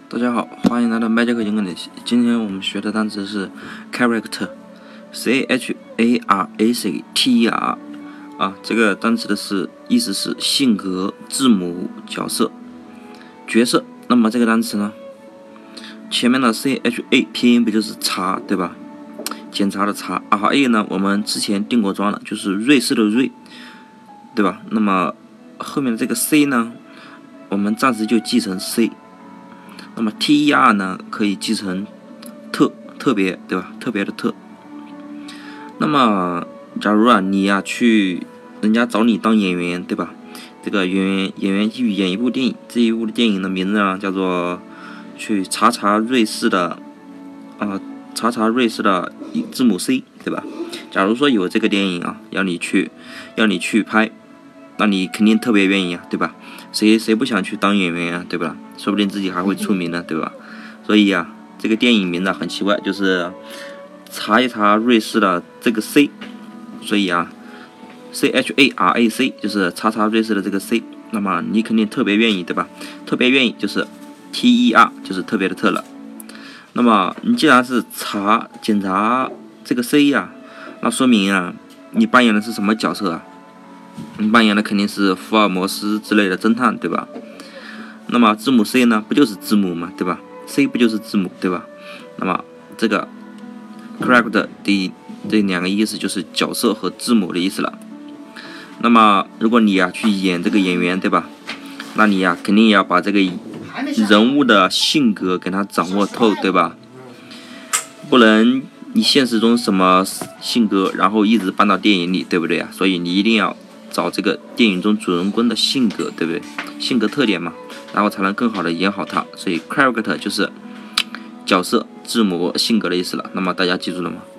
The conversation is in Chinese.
大家好，欢迎来到 Magic 英语。今天我们学的单词是 character，C-H-A-R-A-C-T-E-R 这个单词的意思是性格、字母、角色、角色。那么这个单词呢，前面的 C-H-A 拼音不就是查，对吧？检查的查。R-A 呢，我们之前定过桩了，就是瑞士的瑞，对吧？那么后面的这个 C 呢，我们暂时就记成 C。那么 T-E-R 呢，可以记成特别，对吧？特别的特。那么假如你去人家找你当演员，对吧？这个演员去演一部电影，这一部电影的名字呢叫做去查瑞士的字母 C， 对吧？假如说有这个电影要你去拍，那你肯定特别愿意对吧？谁不想去当演员对吧？说不定自己还会出名呢，对吧？所以这个电影名字很奇怪，就是查一查瑞士的这个 C， 所以CHARAC 就是查瑞士的这个 C， 那么你肯定特别愿意，对吧？特别愿意就是 TER， 就是特别的特了。那么你既然是检查这个 C 那说明你扮演的是什么角色你扮演的肯定是福尔摩斯之类的侦探，对吧？那么字母 C 呢，不就是字母嘛，对吧？ C 不就是字母，对吧？那么这个 character 这两个意思就是角色和字母的意思了。那么如果你去演这个演员，对吧？那你肯定要把这个人物的性格给他掌握透，对吧？不能你现实中什么性格，然后一直搬到电影里，对不对所以你一定要找这个电影中主人公的性格，对不对？性格特点嘛，然后才能更好的演好它。所以 character 就是角色、字母、性格的意思了。那么大家记住了吗？